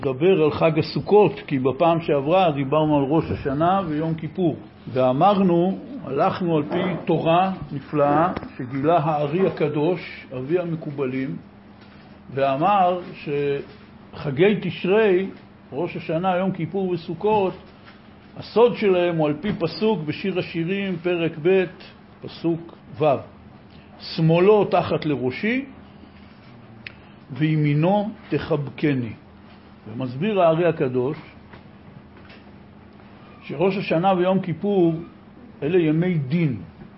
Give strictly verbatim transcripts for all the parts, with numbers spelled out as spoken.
נדבר על חג הסוכות, כי בפעם שעברה דיברנו על ראש השנה ויום כיפור. ואמרנו, הלכנו על פי תורה נפלאה שגילה הארי הקדוש, אבי המקובלים, ואמר שחגי תשרי, ראש השנה, יום כיפור וסוכות, הסוד שלהם הוא על פי פסוק בשיר השירים, פרק ב', פסוק ו'. שמאלו תחת לראשי וימינו תחבקני. ומסביר הארי הקדוש שראש השנה ויום כיפור אלה ימי דין,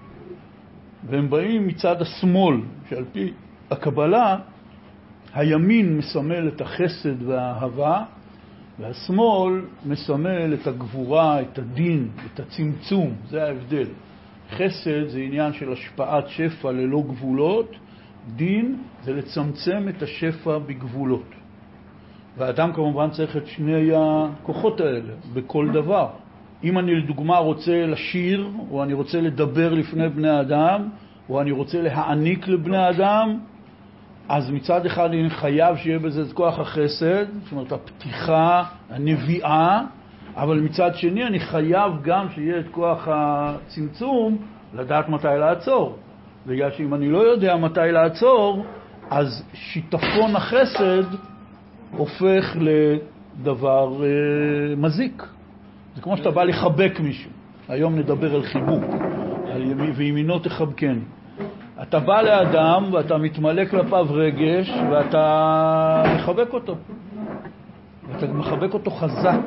והם באים מצד השמאל, שעל פי הקבלה הימין מסמל את החסד והאהבה, והשמאל מסמל את הגבורה, את הדין, את הצמצום. זה ההבדל. חסד זה עניין של השפעת שפע ללא גבולות, דין זה לצמצם את השפע בגבולות. והאדם כמובן צריך את שני הכוחות האלה בכל דבר. אם אני לדוגמה רוצה לשיר, או אני רוצה לדבר לפני בני אדם, או אני רוצה להעניק לבני אדם, אז מצד אחד אני חייב שיהיה בזה את כוח החסד, זאת אומרת הפתיחה, הנביאה, אבל מצד שני אני חייב גם שיהיה את כוח הצמצום, לדעת מתי לעצור. בגלל שאם אני לא יודע מתי לעצור, אז שיטפון החסד הופך לדבר אה, מזיק. זה כמו שאתה בא לחבק מישהו. היום נדבר על חיבוק, על ימי, וימינו תחבקני. אתה בא לאדם ואתה מתמלא כלפיו רגש ואתה מחבק אותו. ואתה מחבק אותו חזק.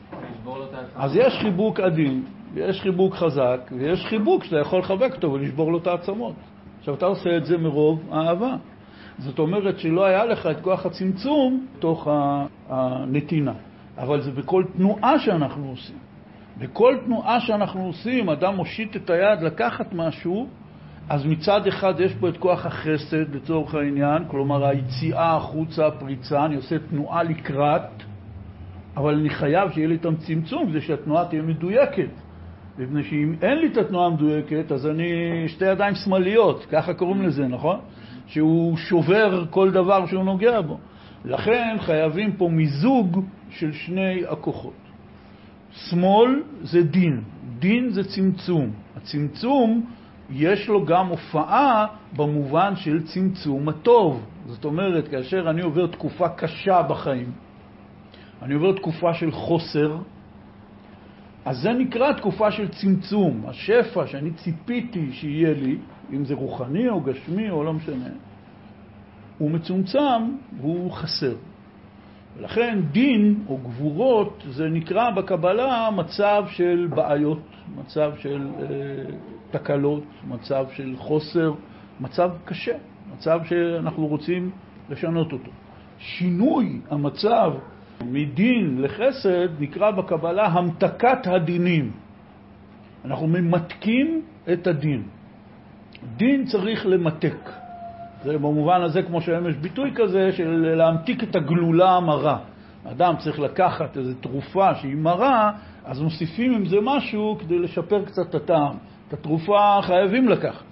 אז יש חיבוק עדין, ויש חיבוק חזק, ויש חיבוק שאתה יכול לחבק אותו ולשבור לו את העצמות. עכשיו אתה עושה את זה מרוב האהבה. זאת אומרת שלא היה לך את כוח הצמצום תוך הנתינה. אבל זה בכל תנועה שאנחנו עושים. בכל תנועה שאנחנו עושים, אדם מושיט את היד לקחת משהו, אז מצד אחד יש פה את כוח החסד לצורך העניין, כלומר היציאה החוצה, הפריצה, אני עושה תנועה לקראת, אבל אני חייב שיהיה לי את הצמצום כדי שהתנועה תהיה מדויקת. מפני שאם אין לי את התנועה המדויקת, אז אני שתי ידיים שמאליות, ככה קוראים לזה, נכון? שהוא שובר כל דבר שהוא נוגע בו. לכן חייבים פה מיזוג של שני הכוחות. שמאל זה דין, דין זה צמצום. הצמצום יש לו גם הופעה במובן של צמצום הטוב. זאת אומרת, כאשר אני עובר תקופה קשה בחיים, אני עובר תקופה של חוסר, אז זה נקרא תקופה של צמצום. השפע שאני ציפיתי שיהיה לי, אם זה רוחני או גשמי או לא משנה, הוא מצומצם והוא חסר. ולכן דין או גבורות זה נקרא בקבלה מצב של בעיות, מצב של אה, תקלות, מצב של חוסר, מצב קשה, מצב שאנחנו רוצים לשנות אותו. שינוי המצב מדין לחסד נקרא בקבלה המתקת הדינים. אנחנו ממתקים את הדין. דין צריך למתק. זה במובן הזה כמו שהיום יש ביטוי כזה של להמתיק את הגלולה המרה. אדם צריך לקחת איזו תרופה שהיא מרה, אז מוסיפים עם זה משהו כדי לשפר קצת את הטעם. את התרופה חייבים לקחת.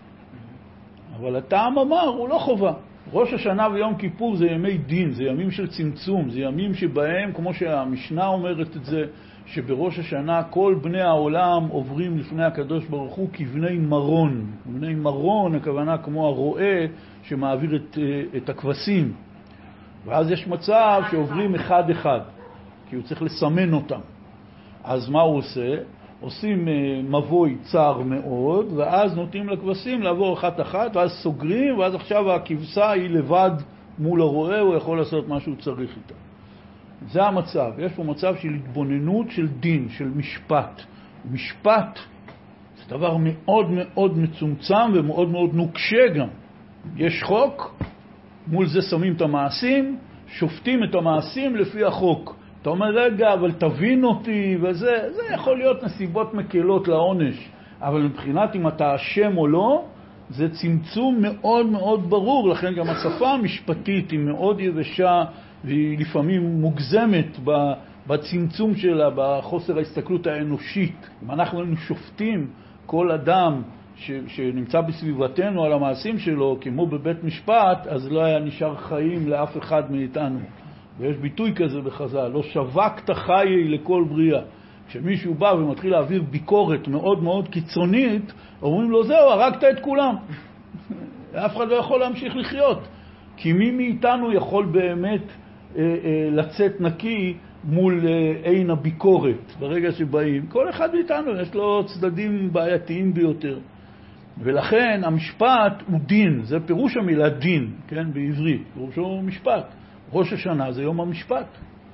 אבל הטעם המר הוא לא חובה. ראש השנה ויום כיפור זה ימי דין, זה ימים של צמצום, זה ימים שבהם, כמו שהמשנה אומרת את זה, שבראש השנה כל בני העולם עוברים לפני הקדוש ברוך הוא כבני מרון. בני מרון הכוונה כמו הרועה שמעביר את, את הכבשים. ואז יש מצב שעוברים אחד אחד, כי הוא צריך לסמן אותם. אז מה הוא עושה? עושים מבוי צר מאוד, ואז נותנים לכבשים לעבור אחת אחת, ואז סוגרים, ואז עכשיו הכבשה היא לבד מול הרועה, הוא יכול לעשות מה שהוא צריך איתה. זה המצב. יש פה מצב של התבוננות של דין, של משפט. משפט זה דבר מאוד מאוד מצומצם ומאוד מאוד נוקשה גם. יש חוק, מול זה שמים את המעשים, שופטים את המעשים לפי החוק. אתה אומר, רגע, אבל תבין אותי, וזה, זה יכול להיות נסיבות מקלות לעונש. אבל מבחינת אם אתה אשם או לא, זה צמצום מאוד מאוד ברור. לכן גם השפה המשפטית היא מאוד יבשה, והיא לפעמים מוגזמת בצמצום שלה, בחוסר ההסתכלות האנושית. אם אנחנו היינו שופטים כל אדם ש, שנמצא בסביבתנו על המעשים שלו, כמו בבית משפט, אז לא היה נשאר חיים לאף אחד מאיתנו. ויש ביטוי כזה בחז"ל, לא שווקת חיי לכל בריאה. כשמישהו בא ומתחיל להעביר ביקורת מאוד מאוד קיצונית, אומרים לו, זהו, הרגת את כולם. אף אחד לא יכול להמשיך לחיות. כי מי מאיתנו יכול באמת אה, אה, לצאת נקי מול אה, עין הביקורת ברגע שבאים? כל אחד מאיתנו יש לו צדדים בעייתיים ביותר. ולכן המשפט הוא דין, זה פירוש המילה דין, כן, בעברית, פירושו משפט. ראש השנה זה יום המשפט.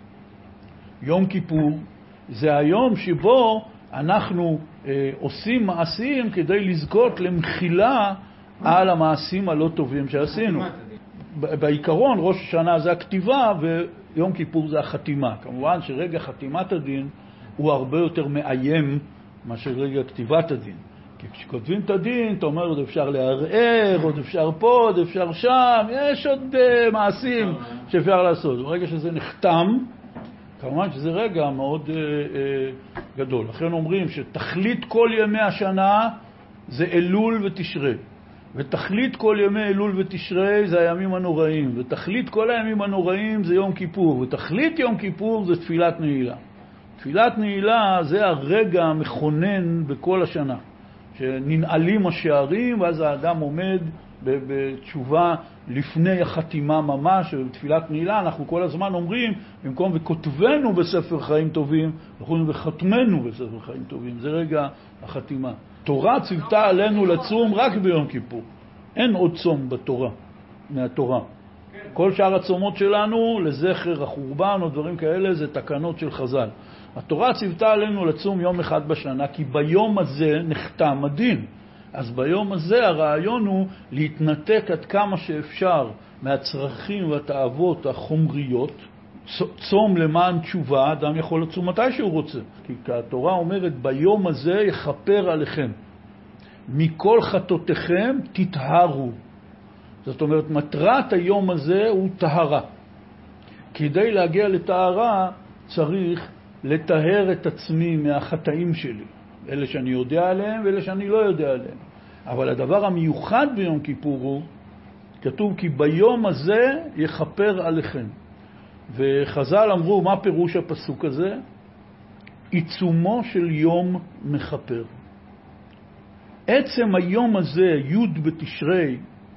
יום כיפור זה היום שבו אנחנו אה, עושים מעשים כדי לזכות למחילה על המעשים הלא טובים שעשינו. בעיקרון ראש השנה זה הכתיבה ויום כיפור זה החתימה. כמובן שרגע חתימת הדין הוא הרבה יותר מאיים מאשר רגע כתיבת הדין. כי כשכותבים את הדין, אתה אומר, עוד אפשר לערער, עוד אפשר פה, עוד אפשר שם, יש עוד uh, מעשים שאפשר לעשות. ברגע שזה נחתם, כמובן שזה רגע מאוד uh, uh, גדול. לכן אומרים שתכלית כל ימי השנה זה אלול ותשרי. ותכלית כל ימי אלול ותשרי זה הימים הנוראים. ותכלית כל הימים הנוראים זה יום כיפור. ותכלית יום כיפור זה תפילת נעילה. תפילת נעילה זה הרגע המכונן בכל השנה. שננעלים השערים, ואז האדם עומד בתשובה לפני החתימה ממש, ובתפילת נעילה אנחנו כל הזמן אומרים, במקום וכותבנו בספר חיים טובים, אנחנו אומרים וחתמנו בספר חיים טובים, זה רגע החתימה. תורה ציוותה עלינו לצום רק ביום כיפור, אין עוד צום בתורה, מהתורה. כל שאר הצומות שלנו, לזכר החורבן או דברים כאלה, זה תקנות של חז"ל. התורה ציוותה עלינו לצום יום אחד בשנה, כי ביום הזה נחתם הדין. אז ביום הזה הרעיון הוא להתנתק עד כמה שאפשר מהצרכים והתאוות החומריות. צום למען תשובה, אדם יכול לצום מתי שהוא רוצה. כי התורה אומרת, ביום הזה יכפר עליכם. מכל חטאותיכם תטהרו. זאת אומרת, מטרת היום הזה הוא טהרה. כדי להגיע לטהרה צריך לטהר את עצמי מהחטאים שלי. אלה שאני יודע עליהם ואלה שאני לא יודע עליהם. אבל הדבר המיוחד ביום כיפור הוא, כתוב כי ביום הזה יכפר עליכם. וחז"ל אמרו, מה פירוש הפסוק הזה? עיצומו של יום מכפר. עצם היום הזה, י' בתשרי,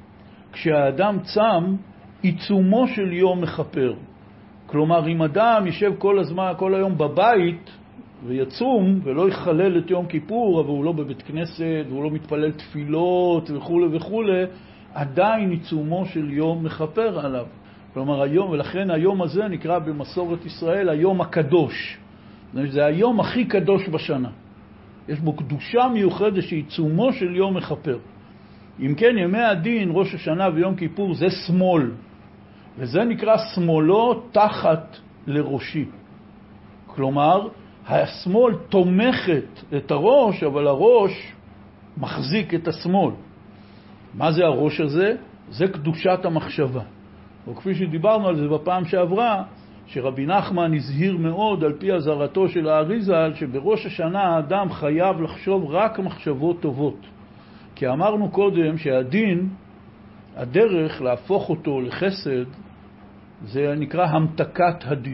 כשהאדם צם, עיצומו של יום מכפר. כלומר, אם אדם יישב כל הזמן, כל היום בבית ויצום ולא יחלל את יום כיפור, אבל הוא לא בבית כנסת והוא לא מתפלל תפילות וכו' וכו', עדיין עיצומו של יום מכפר עליו. כלומר, היום, ולכן היום הזה נקרא במסורת ישראל היום הקדוש. זה היום הכי קדוש בשנה. יש בו קדושה מיוחדת שעיצומו של יום מכפר. אם כן, ימי הדין, ראש השנה ויום כיפור, זה שמאל. וזה נקרא שמאלו תחת לראשי. כלומר, השמאל תומכת את הראש, אבל הראש מחזיק את השמאל. מה זה הראש הזה? זה קדושת המחשבה. וכפי שדיברנו על זה בפעם שעברה, שרבי נחמן הזהיר מאוד על פי הזהרתו של האריז"ל, שבראש השנה האדם חייב לחשוב רק מחשבות טובות. כי אמרנו קודם שהדין, הדרך להפוך אותו לחסד, זה נקרא המתקת הדין.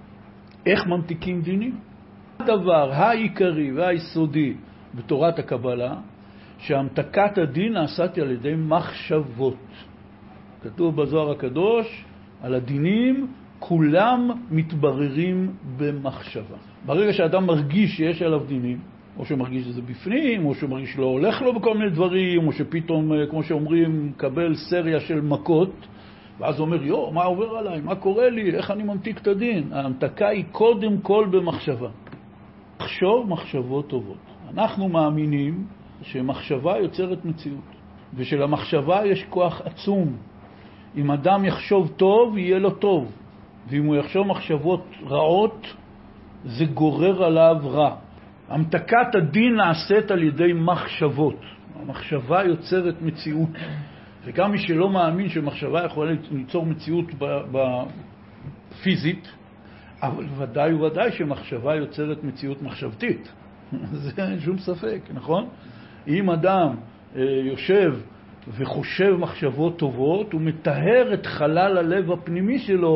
איך ממתיקים דינים? הדבר העיקרי והיסודי בתורת הקבלה, שהמתקת הדין נעשית על ידי מחשבות. כתוב בזוהר הקדוש, על הדינים כולם מתבררים במחשבה. ברגע שאדם מרגיש שיש עליו דינים, או שמרגיש שזה בפנים, או שמרגיש לא הולך לו בכל מיני דברים, או שפתאום, כמו שאומרים, מקבל סריה של מכות, ואז אומר, יו, מה עובר עליי? מה קורה לי? איך אני ממתיק את הדין? ההמתקה היא קודם כל במחשבה. לחשוב מחשבות טובות. אנחנו מאמינים שמחשבה יוצרת מציאות, ושלמחשבה יש כוח עצום. אם אדם יחשוב טוב, יהיה לו טוב. ואם הוא יחשוב מחשבות רעות, זה גורר עליו רע. המתקת הדין נעשית על ידי מחשבות. המחשבה יוצרת מציאות. וגם מי שלא מאמין שמחשבה יכולה ליצור מציאות בפיזית, אבל ודאי וודאי שמחשבה יוצרת מציאות מחשבתית. זה אין שום ספק, נכון? אם אדם יושב וחושב מחשבות טובות, הוא מטהר את חלל הלב הפנימי שלו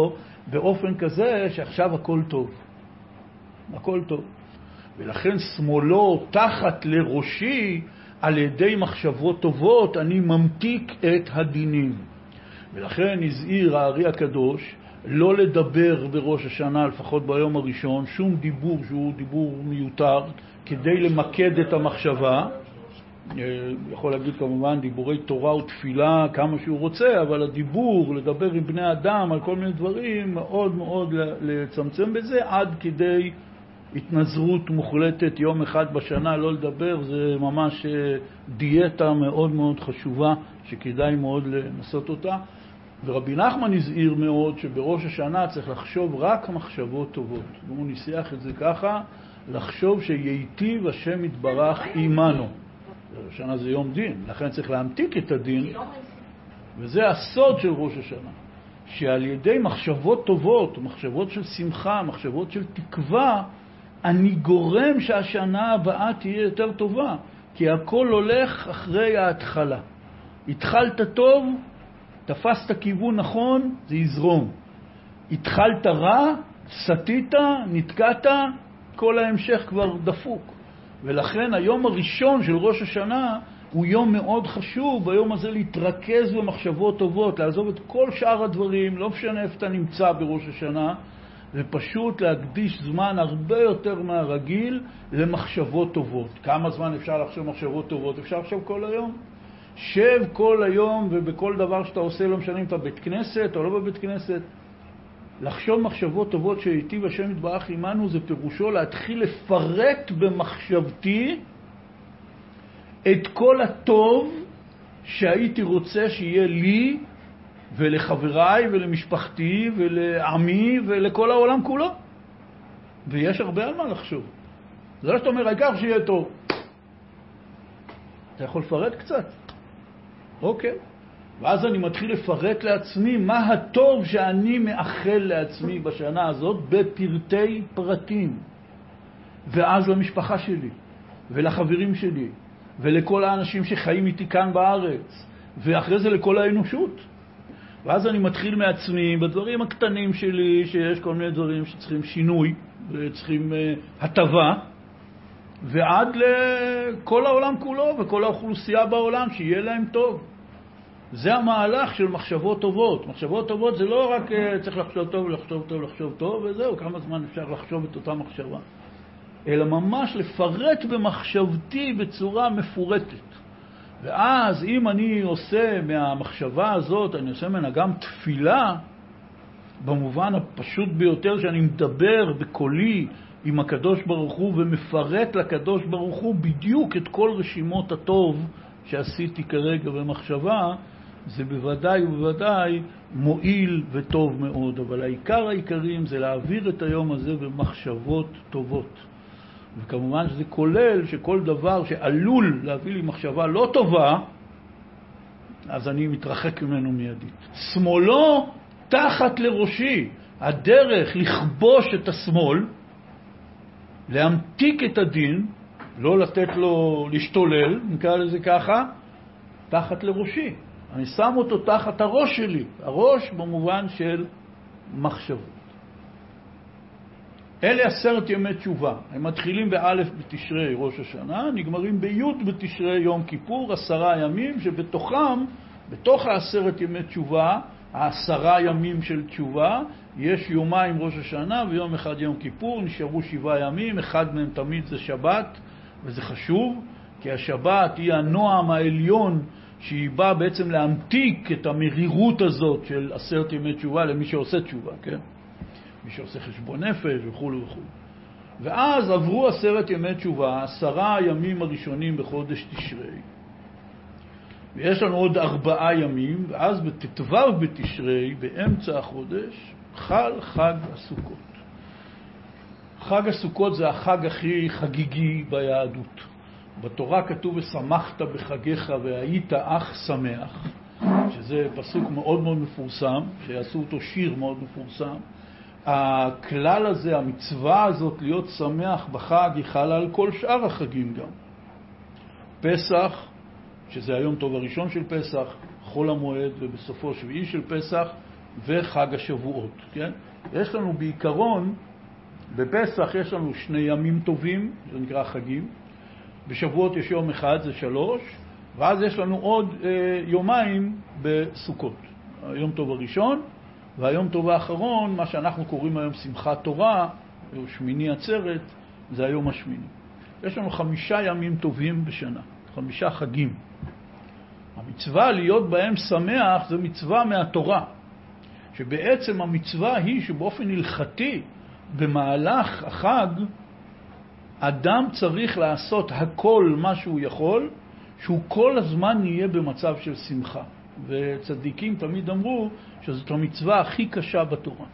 באופן כזה שעכשיו הכל טוב. הכל טוב. ולכן שמאלו תחת לראשי, על ידי מחשבות טובות אני ממתיק את הדינים. ולכן הזהיר הארי הקדוש לא לדבר בראש השנה, לפחות ביום הראשון, שום דיבור שהוא דיבור מיותר, כדי למקד את המחשבה. יכול להגיד כמובן דיבורי תורה ותפילה כמה שהוא רוצה, אבל הדיבור, לדבר עם בני אדם על כל מיני דברים, מאוד מאוד לצמצם בזה, עד כדי התנזרות מוחלטת יום אחד בשנה, לא לדבר. זה ממש דיאטה מאוד מאוד חשובה, שכדאי מאוד לנסות אותה. ורבי נחמן הזהיר מאוד שבראש השנה צריך לחשוב רק מחשבות טובות. והוא ניסח את זה ככה, לחשוב שייטיב השם יתברך עמנו. השנה זה יום דין, לכן צריך להמתיק את הדין, וזה הסוד של ראש השנה, שעל ידי מחשבות טובות, מחשבות של שמחה, מחשבות של תקווה, אני גורם שהשנה הבאה תהיה יותר טובה, כי הכל הולך אחרי ההתחלה. התחלת טוב, תפסת כיוון נכון, זה יזרום. התחלת רע, סתית, נתקעת, כל ההמשך כבר דפוק. ולכן היום הראשון של ראש השנה הוא יום מאוד חשוב, ביום הזה להתרכז במחשבות טובות, לעזוב את כל שאר הדברים, לא משנה איפה אתה נמצא בראש השנה, ופשוט להקדיש זמן הרבה יותר מהרגיל למחשבות טובות. כמה זמן אפשר לחשוב מחשבות טובות? אפשר לחשוב כל היום. שב כל היום, ובכל דבר שאתה עושה, לא משנה אם אתה בית כנסת או לא בבית כנסת, לחשוב מחשבות טובות שהיטיב השם יתברך עמנו, זה פירושו להתחיל לפרט במחשבתי את כל הטוב שהייתי רוצה שיהיה לי ולחבריי ולמשפחתי ולעמי ולכל העולם כולו. ויש הרבה על מה לחשוב. זה לא שאתה אומר, העיקר שיהיה טוב. אתה יכול לפרט קצת? אוקיי. ואז אני מתחיל לפרט לעצמי מה הטוב שאני מאחל לעצמי בשנה הזאת בפרטי פרטים. ואז למשפחה שלי, ולחברים שלי, ולכל האנשים שחיים איתי כאן בארץ, ואחרי זה לכל האנושות. ואז אני מתחיל מעצמי בדברים הקטנים שלי, שיש כל מיני דברים שצריכים שינוי, וצריכים uh, הטבה, ועד לכל העולם כולו וכל האוכלוסייה בעולם, שיהיה להם טוב. זה המהלך של מחשבות טובות. מחשבות טובות זה לא רק uh, צריך לחשוב טוב, לחשוב טוב, לחשוב טוב, וזהו, כמה זמן אפשר לחשוב את אותה מחשבה. אלא ממש לפרט במחשבתי בצורה מפורטת. ואז אם אני עושה מהמחשבה הזאת, אני עושה ממנה גם תפילה, במובן הפשוט ביותר שאני מדבר בקולי עם הקדוש ברוך הוא ומפרט לקדוש ברוך הוא בדיוק את כל רשימות הטוב שעשיתי כרגע במחשבה, זה בוודאי ובוודאי מועיל וטוב מאוד. אבל העיקר העיקרים זה להעביר את היום הזה במחשבות טובות. וכמובן שזה כולל שכל דבר שעלול להביא לי מחשבה לא טובה, אז אני מתרחק ממנו מיידית. שמאלו תחת לראשי. הדרך לכבוש את השמאל, להמתיק את הדין, לא לתת לו להשתולל, נקרא לזה ככה, תחת לראשי. אני שם אותו תחת הראש שלי. הראש במובן של מחשבות. אלה עשרת ימי תשובה. הם מתחילים באלף בתשרי ראש השנה, נגמרים ביוד בתשרי יום כיפור, עשרה ימים, שבתוכם, בתוך העשרת ימי תשובה, העשרה ימים של תשובה, יש יומיים ראש השנה ויום אחד יום כיפור, נשארו שבעה ימים, אחד מהם תמיד זה שבת, וזה חשוב, כי השבת היא הנועם העליון, שהיא באה בעצם להמתיק את המרירות הזאת של עשרת ימי תשובה למי שעושה תשובה, כן? מי שעושה חשבון נפש וכו' וכו'. ואז עברו עשרת ימי תשובה, עשרה הימים הראשונים בחודש תשרי. ויש לנו עוד ארבעה ימים, ואז בתתוו בתשרי, באמצע החודש, חל חג הסוכות. חג הסוכות זה החג הכי חגיגי ביהדות. בתורה כתוב ושמחת בחגיך והיית אך שמח, שזה פסוק מאוד מאוד מפורסם, שיעשו אותו שיר מאוד מפורסם. הכלל הזה, המצווה הזאת להיות שמח בחג, היא חלה על כל שאר החגים גם. פסח, שזה היום טוב הראשון של פסח, חול המועד ובסופו שביעי של פסח, וחג השבועות, כן? יש לנו בעיקרון, בפסח יש לנו שני ימים טובים, זה נקרא חגים, בשבועות יש יום אחד, זה שלוש, ואז יש לנו עוד אה, יומיים בסוכות. היום טוב הראשון, והיום טוב האחרון, מה שאנחנו קוראים היום שמחת תורה, או שמיני עצרת, זה היום השמיני. יש לנו חמישה ימים טובים בשנה, חמישה חגים. המצווה להיות בהם שמח זה מצווה מהתורה, שבעצם המצווה היא שבאופן הלכתי, במהלך החג, אדם צריך לעשות הכל מה שהוא יכול, שהוא כל הזמן יהיה במצב של שמחה. וצדיקים תמיד אמרו שזאת המצווה הכי קשה בתורה.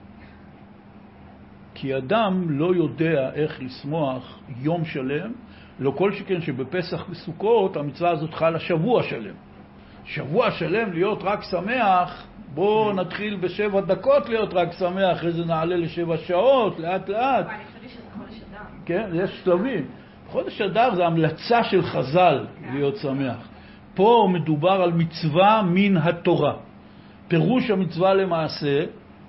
כי אדם לא יודע איך לשמוח יום שלם, לא כל שכן שבפסח בסוכות המצווה הזאת חלה שבוע שלם. שבוע שלם להיות רק שמח, בוא נתחיל בשבע דקות להיות רק שמח, אחרי זה נעלה לשבע שעות, לאט לאט. אני חושבת שזה חודש אדר. כן, יש שלבים. חודש אדר זה המלצה של חז"ל להיות שמח. פה מדובר על מצווה מן התורה. פירוש המצווה למעשה,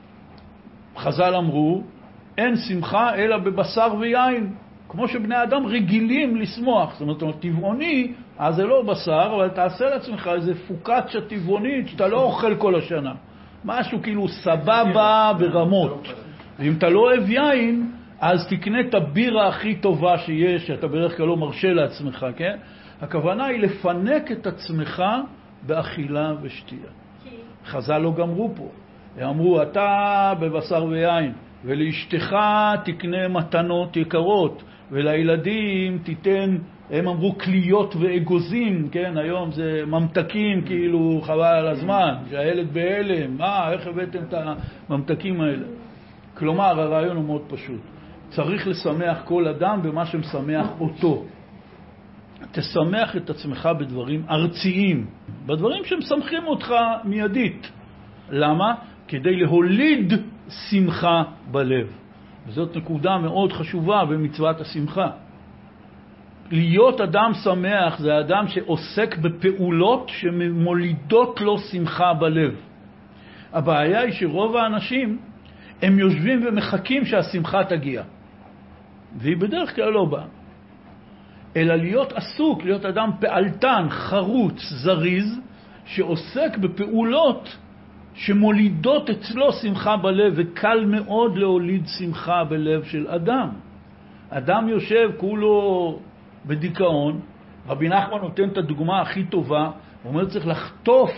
חז"ל אמרו, אין שמחה אלא בבשר ויין. כמו שבני אדם רגילים לשמוח. זאת אומרת, טבעוני, אז זה לא בשר, אבל תעשה לעצמך איזה פוקצ'ה טבעונית שאתה לא אוכל כל השנה. משהו כאילו סבבה ברמות. ואם אתה לא אוהב יין, אז תקנה את הבירה הכי טובה שיש, שאתה בדרך כלל לא מרשה לעצמך, כן? הכוונה היא לפנק את עצמך באכילה ושתייה. חז"ל לא גמרו פה. הם אמרו, אתה בבשר ויין, ולאשתך תקנה מתנות יקרות, ולילדים תיתן, הם אמרו קליות ואגוזים, כן? היום זה ממתקים, כאילו חבל על הזמן, שהילד בהלם, מה, איך הבאתם את הממתקים האלה? כלומר, הרעיון הוא מאוד פשוט. צריך לשמח כל אדם במה שמשמח אותו. תשמח את עצמך בדברים ארציים, בדברים שמשמחים אותך מיידית. למה? כדי להוליד שמחה בלב. וזאת נקודה מאוד חשובה במצוות השמחה. להיות אדם שמח זה אדם שעוסק בפעולות שמולידות לו שמחה בלב. הבעיה היא שרוב האנשים הם יושבים ומחכים שהשמחה תגיע. והיא בדרך כלל לא באה. אלא להיות עסוק, להיות אדם פעלתן, חרוץ, זריז, שעוסק בפעולות שמולידות אצלו שמחה בלב, וקל מאוד להוליד שמחה בלב של אדם. אדם יושב כולו בדיכאון, רבי נחמן נותן את הדוגמה הכי טובה, הוא אומר צריך לחטוף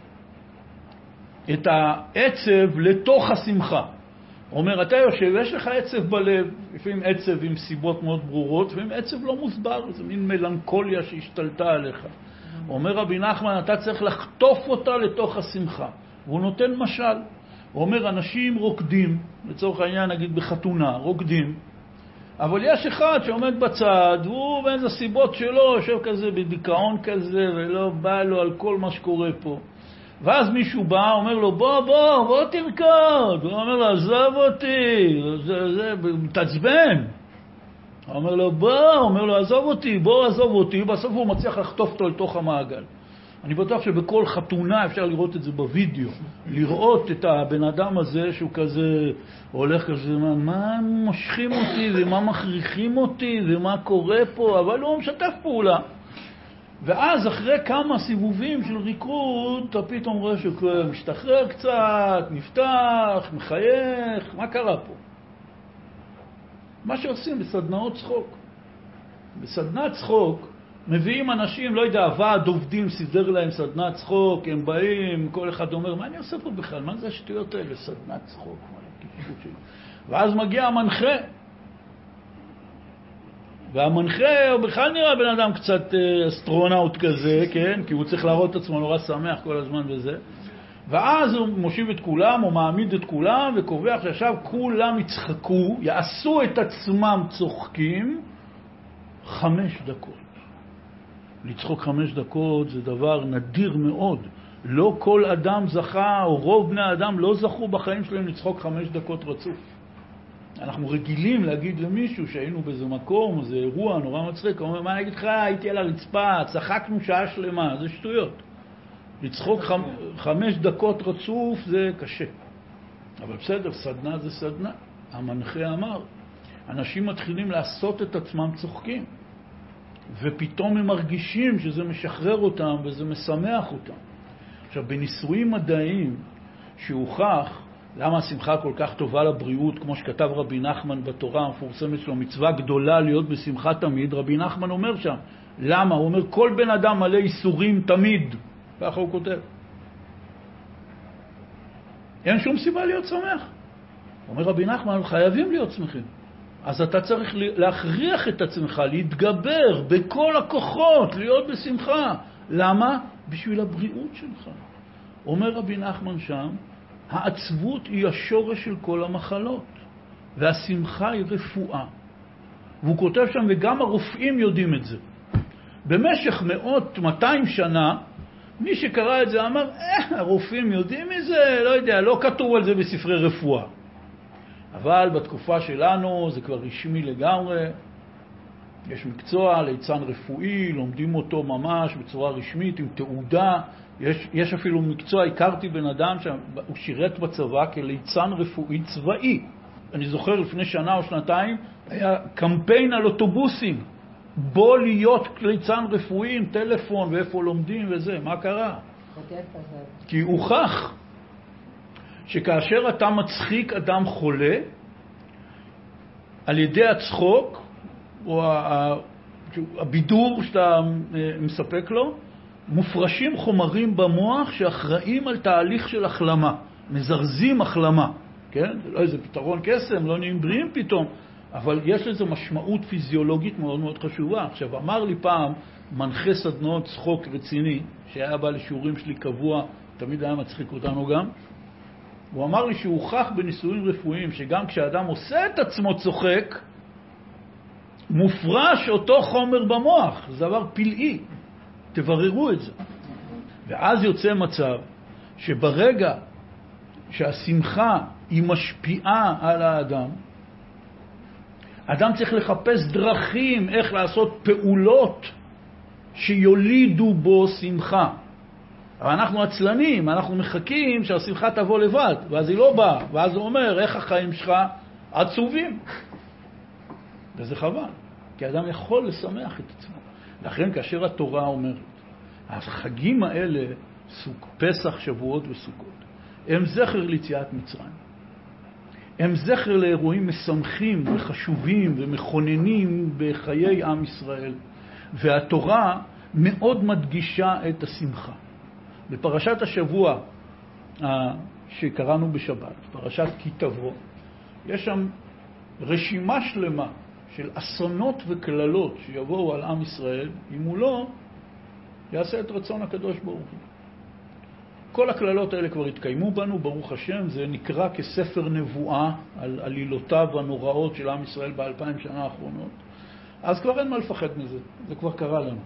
את העצב לתוך השמחה. הוא אומר, אתה יושב, יש לך עצב בלב, לפעמים עצב עם סיבות מאוד ברורות, לפעמים עצב לא מוסבר, זה מין מלנכוליה שהשתלטה עליך. הוא אומר, רבי נחמן, אתה צריך לחטוף אותה לתוך השמחה. והוא נותן משל. הוא אומר, אנשים רוקדים, לצורך העניין נגיד בחתונה, רוקדים, אבל יש אחד שעומד בצד, והוא באיזה סיבות שלו, יושב כזה בדיכאון כזה, ולא בא לו על כל מה שקורה פה. ואז מישהו בא, אומר לו, בוא, בוא, בוא תרקוד. הוא אומר לו, עזוב אותי, זה, זה, מתעצבן. הוא אומר לו, בוא, הוא אומר לו, עזוב אותי, בוא, עזוב אותי. בסוף הוא מצליח לחטוף אותו לתוך המעגל. אני בטוח שבכל חתונה אפשר לראות את זה בווידאו. לראות את הבן אדם הזה שהוא כזה, הולך כזה, מה, מה מושכים אותי ומה מכריחים אותי ומה קורה פה, אבל הוא משתף פעולה. ואז אחרי כמה סיבובים של ריקוד, אתה פתאום רואה שהוא משתחרר קצת, נפתח, מחייך, מה קרה פה? מה שעושים בסדנאות צחוק. בסדנת צחוק מביאים אנשים, לא יודע, ועד עובדים סידר להם סדנת צחוק, הם באים, כל אחד אומר, מה אני עושה פה בכלל? מה זה השטויות האלה? סדנת צחוק. ואז מגיע המנחה. והמנחה הוא בכלל נראה בן אדם קצת אסטרונאוט כזה, כן? כי הוא צריך להראות את עצמו נורא שמח כל הזמן וזה. ואז הוא מושיב את כולם, הוא מעמיד את כולם וקובע שעכשיו כולם יצחקו, יעשו את עצמם צוחקים חמש דקות. לצחוק חמש דקות זה דבר נדיר מאוד. לא כל אדם זכה, או רוב בני האדם לא זכו בחיים שלהם לצחוק חמש דקות רצוף. אנחנו רגילים להגיד למישהו שהיינו באיזה מקום, איזה אירוע נורא מצחיק, הוא אומר, מה אני אגיד לך, הייתי על הרצפה, צחקנו שעה שלמה, זה שטויות. לצחוק חמ... חמש דקות רצוף זה קשה. אבל בסדר, סדנה זה סדנה. המנחה אמר, אנשים מתחילים לעשות את עצמם צוחקים, ופתאום הם מרגישים שזה משחרר אותם וזה משמח אותם. עכשיו, בניסויים מדעיים שהוכח, למה השמחה כל כך טובה לבריאות, כמו שכתב רבי נחמן בתורה המפורסמת שלו, מצווה גדולה להיות בשמחה תמיד, רבי נחמן אומר שם, למה? הוא אומר, כל בן אדם מלא איסורים תמיד, ככה הוא כותב. אין שום סיבה להיות שמח. אומר רבי נחמן, חייבים להיות שמחים. אז אתה צריך להכריח את עצמך, להתגבר בכל הכוחות, להיות בשמחה. למה? בשביל הבריאות שלך. אומר רבי נחמן שם, העצבות היא השורש של כל המחלות, והשמחה היא רפואה. והוא כותב שם, וגם הרופאים יודעים את זה. במשך מאות, מאתיים שנה, מי שקרא את זה אמר, אה, הרופאים יודעים מזה, לא יודע, לא כתוב על זה בספרי רפואה. אבל בתקופה שלנו זה כבר רשמי לגמרי, יש מקצוע, ליצן רפואי, לומדים אותו ממש בצורה רשמית, עם תעודה, יש, יש אפילו מקצוע, הכרתי בן אדם שהוא שירת בצבא כליצן רפואי צבאי. אני זוכר לפני שנה או שנתיים, היה קמפיין על אוטובוסים, בוא להיות ליצן רפואי עם טלפון ואיפה לומדים וזה, מה קרה? כי הוכח שכאשר אתה מצחיק אדם חולה, על ידי הצחוק, או הבידור שאתה מספק לו, מופרשים חומרים במוח שאחראים על תהליך של החלמה, מזרזים החלמה, כן? זה לא איזה פתרון קסם, לא נהיים בריאים פתאום, אבל יש לזה משמעות פיזיולוגית מאוד מאוד חשובה. עכשיו, אמר לי פעם, מנחה סדנות צחוק רציני, שהיה בא לשיעורים שלי קבוע, תמיד היה מצחיק אותנו גם, הוא אמר לי שהוא הוכח בניסויים רפואיים, שגם כשאדם עושה את עצמו צוחק, מופרש אותו חומר במוח. זה דבר פלאי. תבררו את זה. ואז יוצא מצב שברגע שהשמחה היא משפיעה על האדם, אדם צריך לחפש דרכים איך לעשות פעולות שיולידו בו שמחה. אבל אנחנו עצלנים, אנחנו מחכים שהשמחה תבוא לבד, ואז היא לא באה, ואז הוא אומר, איך החיים שלך עצובים? וזה חבל, כי האדם יכול לשמח את עצמו. לכן כאשר התורה אומרת, החגים האלה, סוג, פסח, שבועות וסוכות, הם זכר ליציאת מצרים. הם זכר לאירועים משמחים וחשובים ומכוננים בחיי עם ישראל. והתורה מאוד מדגישה את השמחה. בפרשת השבוע שקראנו בשבת, פרשת כי תבוא, יש שם רשימה שלמה של אסונות וכללות שיבואו על עם ישראל, אם הוא לא יעשה את רצון הקדוש ברוך הוא. כל הכללות האלה כבר התקיימו בנו, ברוך השם, זה נקרא כספר נבואה על עלילותיו הנוראות של עם ישראל באלפיים שנה האחרונות. אז כבר אין מה לפחד מזה, זה כבר קרה לנו.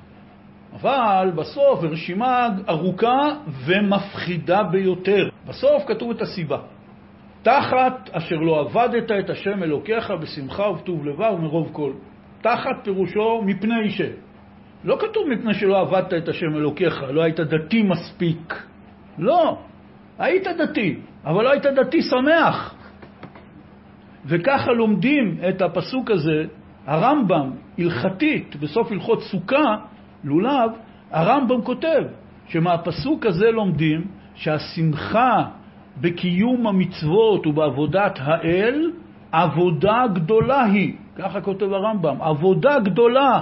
אבל בסוף רשימה ארוכה ומפחידה ביותר. בסוף כתוב את הסיבה. תחת אשר לא עבדת את השם אלוקיך בשמחה ובטוב לבב ומרוב כל. תחת פירושו מפני ש. לא כתוב מפני שלא עבדת את השם אלוקיך, לא היית דתי מספיק. לא, היית דתי, אבל לא היית דתי שמח. וככה לומדים את הפסוק הזה, הרמב"ם, הלכתית, בסוף הלכות סוכה, לולב, הרמב"ם כותב שמהפסוק הזה לומדים שהשמחה בקיום המצוות ובעבודת האל, עבודה גדולה היא. ככה כותב הרמב"ם, עבודה גדולה.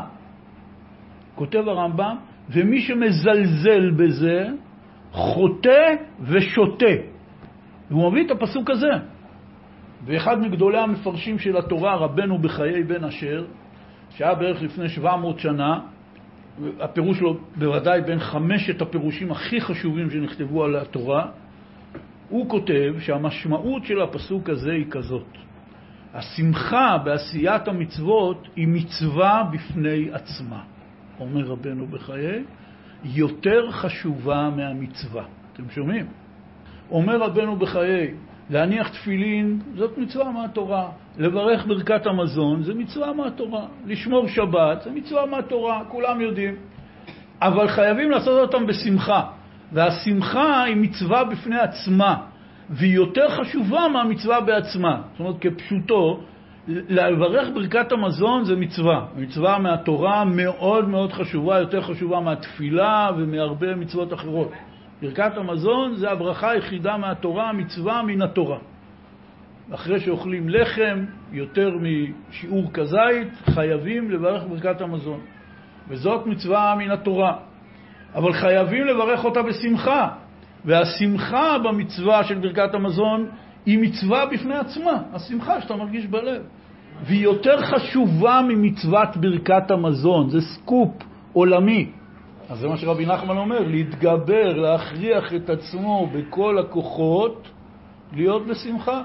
כותב הרמב"ם, ומי שמזלזל בזה, חוטא ושוטה. הוא מביא את הפסוק הזה. ואחד מגדולי המפרשים של התורה, רבנו בחיי בן אשר, שהיה בערך לפני שבע מאות שנה, הפירוש לו בוודאי בין חמשת הפירושים הכי חשובים שנכתבו על התורה, הוא כותב שהמשמעות של הפסוק הזה היא כזאת. השמחה בעשיית המצוות היא מצווה בפני עצמה. אומר רבנו בחיי, יותר חשובה מהמצווה. אתם שומעים? אומר רבנו בחיי, להניח תפילין זאת מצווה מהתורה, לברך ברכת המזון זה מצווה מהתורה, לשמור שבת זה מצווה מהתורה, כולם יודעים. אבל חייבים לעשות אותם בשמחה, והשמחה היא מצווה בפני עצמה. והיא יותר חשובה מהמצווה בעצמה. זאת אומרת, כפשוטו, לברך ברכת המזון זה מצווה. מצווה מהתורה מאוד מאוד חשובה, יותר חשובה מהתפילה ומהרבה מצוות אחרות. ברכת המזון זה הברכה היחידה מהתורה, מצווה מן התורה. אחרי שאוכלים לחם, יותר משיעור כזית, חייבים לברך ברכת המזון. וזאת מצווה מן התורה. אבל חייבים לברך אותה בשמחה. והשמחה במצווה של ברכת המזון היא מצווה בפני עצמה. השמחה שאתה מרגיש בלב. והיא יותר חשובה ממצוות ברכת המזון. זה סקופ עולמי. אז זה מה שרבי נחמן אומר, להתגבר, להכריח את עצמו בכל הכוחות, להיות בשמחה.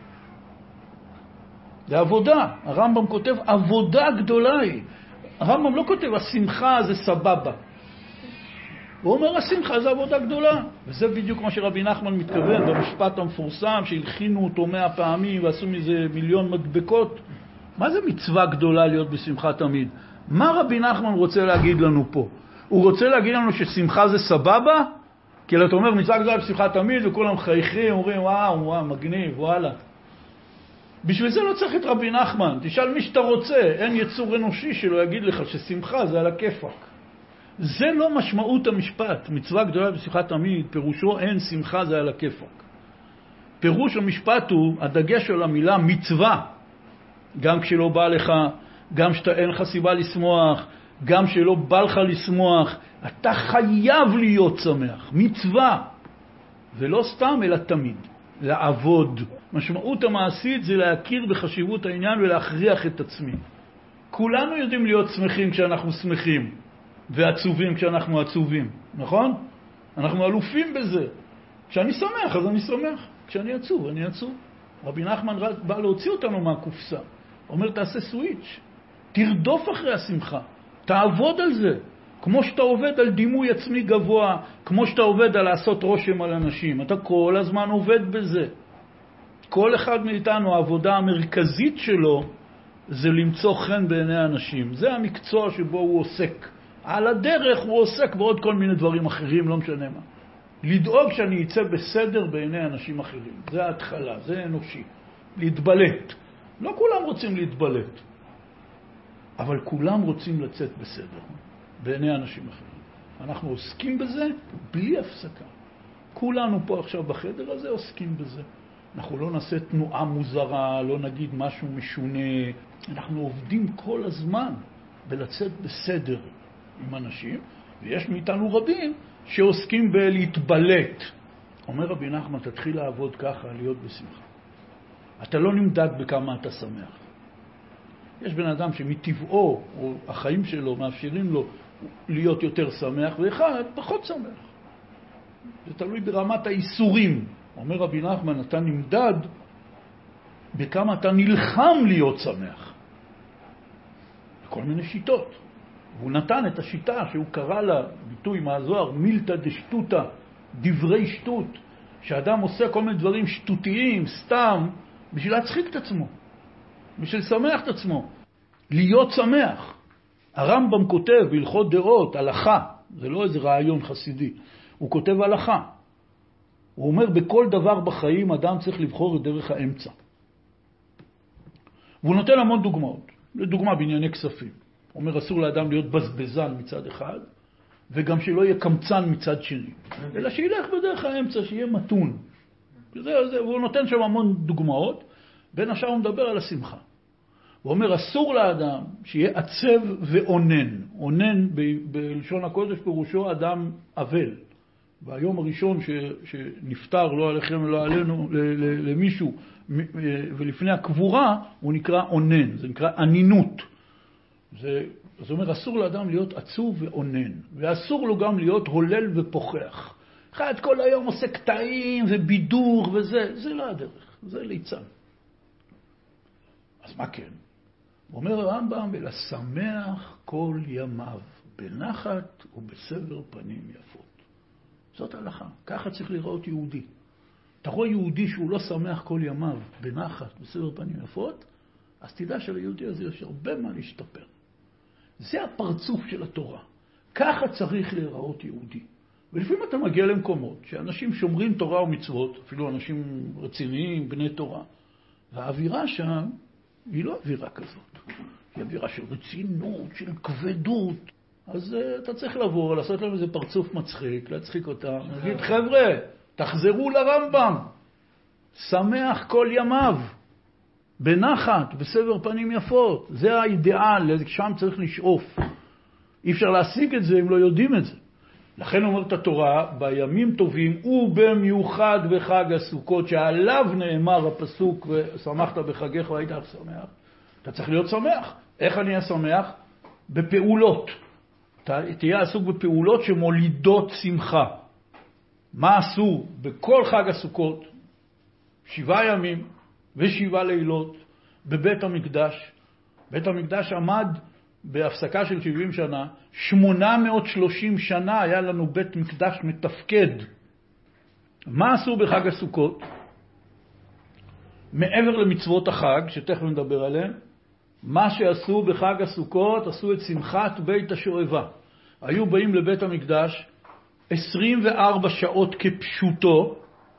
זה עבודה. הרמב"ם כותב, עבודה גדולה היא. הרמב"ם לא כותב, השמחה זה סבבה. הוא אומר, השמחה זה עבודה גדולה. וזה בדיוק מה שרבי נחמן מתכוון במשפט המפורסם, שהלחינו אותו מאה פעמים ועשו מזה מיליון מדבקות. מה זה מצווה גדולה להיות בשמחה תמיד? מה רבי נחמן רוצה להגיד לנו פה? הוא רוצה להגיד לנו ששמחה זה סבבה? כי אתה אומר, מצווה גדולה בשמחה תמיד, וכולם חייכים, אומרים, וואו, וואו, מגניב, וואלה. בשביל זה לא צריך את רבי נחמן. תשאל מי שאתה רוצה, אין יצור אנושי שלא יגיד לך ששמחה זה על הכיפק. זה לא משמעות המשפט. מצווה גדולה בשמחה תמיד, פירושו אין שמחה זה על הכיפק. פירוש המשפט הוא, הדגש על המילה מצווה. גם כשלא בא לך, גם שאתה אין לך סיבה לשמוח, גם שלא בא לך לשמוח, אתה חייב להיות שמח. מצווה. ולא סתם, אלא תמיד. לעבוד. משמעות המעשית זה להכיר בחשיבות העניין ולהכריח את עצמי. כולנו יודעים להיות שמחים כשאנחנו שמחים, ועצובים כשאנחנו עצובים, נכון? אנחנו אלופים בזה. כשאני שמח, אז אני שמח. כשאני עצוב, אני עצוב. רבי נחמן בא להוציא אותנו מהקופסה. אומר, תעשה סוויץ'. תרדוף אחרי השמחה. תעבוד על זה. כמו שאתה עובד על דימוי עצמי גבוה, כמו שאתה עובד על לעשות רושם על אנשים. אתה כל הזמן עובד בזה. כל אחד מאיתנו, העבודה המרכזית שלו, זה למצוא חן בעיני האנשים. זה המקצוע שבו הוא עוסק. על הדרך הוא עוסק בעוד כל מיני דברים אחרים, לא משנה מה. לדאוג שאני יצא בסדר בעיני אנשים אחרים. זה ההתחלה, זה אנושי. להתבלט. לא כולם רוצים להתבלט. אבל כולם רוצים לצאת בסדר בעיני אנשים אחרים. אנחנו עוסקים בזה בלי הפסקה. כולנו פה עכשיו בחדר הזה עוסקים בזה. אנחנו לא נעשה תנועה מוזרה, לא נגיד משהו משונה. אנחנו עובדים כל הזמן בלצאת בסדר עם אנשים, ויש מאיתנו רבים שעוסקים בלהתבלט. אומר רבי נחמן, תתחיל לעבוד ככה, להיות בשמחה. אתה לא נמדד בכמה אתה שמח. יש בן אדם שמטבעו, או החיים שלו, מאפשרים לו להיות יותר שמח, ואחד פחות שמח. זה תלוי ברמת האיסורים. אומר רבי נחמן, אתה נמדד בכמה אתה נלחם להיות שמח. בכל מיני שיטות. והוא נתן את השיטה שהוא קרא לה, ביטוי מהזוהר, מילתא דשטותא, דברי שטות, שאדם עושה כל מיני דברים שטותיים, סתם, בשביל להצחיק את עצמו, בשביל לשמח את עצמו, להיות שמח. הרמב"ם כותב בהלכות דעות, הלכה, זה לא איזה רעיון חסידי, הוא כותב הלכה. הוא אומר, בכל דבר בחיים אדם צריך לבחור את דרך האמצע. והוא נותן המון דוגמאות. לדוגמה בענייני כספים. הוא אומר, אסור לאדם להיות בזבזן מצד אחד, וגם שלא יהיה קמצן מצד שני. אלא שילך בדרך האמצע, שיהיה מתון. וזה, זה, והוא נותן שם המון דוגמאות, בין השאר הוא מדבר על השמחה. הוא אומר, אסור לאדם שיהיה עצב ועונן. עונן ב- בלשון הקודש פירושו אדם אבל. והיום הראשון ש, שנפטר, לא עליכם ולא עלינו, ל, ל, למישהו, ולפני הקבורה, הוא נקרא עונן, זה נקרא ענינות. זה, זאת אומרת, אסור לאדם להיות עצוב ועונן, ואסור לו גם להיות הולל ופוחח. אחד כל היום עושה קטעים ובידור וזה, זה לא הדרך, זה ליצן. אז מה כן? הוא אומר הרמב"ם, ולשמח כל ימיו, בנחת ובסבר פנים יפות. זאת הלכה, ככה צריך לראות יהודי. אתה רואה יהודי שהוא לא שמח כל ימיו, בנחת, בסבר פנים יפות, אז תדע שליהודי הזה יש הרבה מה להשתפר. זה הפרצוף של התורה. ככה צריך להיראות יהודי. ולפעמים אתה מגיע למקומות שאנשים שומרים תורה ומצוות, אפילו אנשים רציניים, בני תורה, והאווירה שם היא לא אווירה כזאת. היא אווירה של רצינות, של כבדות. אז uh, אתה צריך לבוא, לעשות להם איזה פרצוף מצחיק, להצחיק אותם, להגיד, חבר'ה, תחזרו לרמב"ם, שמח כל ימיו, בנחת, בסבר פנים יפות. זה האידיאל, שם צריך לשאוף. אי אפשר להשיג את זה אם לא יודעים את זה. לכן אומרת התורה, בימים טובים ובמיוחד בחג הסוכות, שעליו נאמר הפסוק, ושמחת בחגך והיית שמח, אתה צריך להיות שמח. איך אני אהיה שמח? בפעולות. תהיה עסוק בפעולות שמולידות שמחה. מה עשו בכל חג הסוכות? שבעה ימים ושבעה לילות בבית המקדש. בית המקדש עמד בהפסקה של שבעים שנה, שמונה מאות ושלושים שנה היה לנו בית מקדש מתפקד. מה עשו בחג הסוכות? מעבר למצוות החג, שתכף נדבר עליהן, מה שעשו בחג הסוכות, עשו את שמחת בית השואבה. היו באים לבית המקדש עשרים וארבע שעות כפשוטו,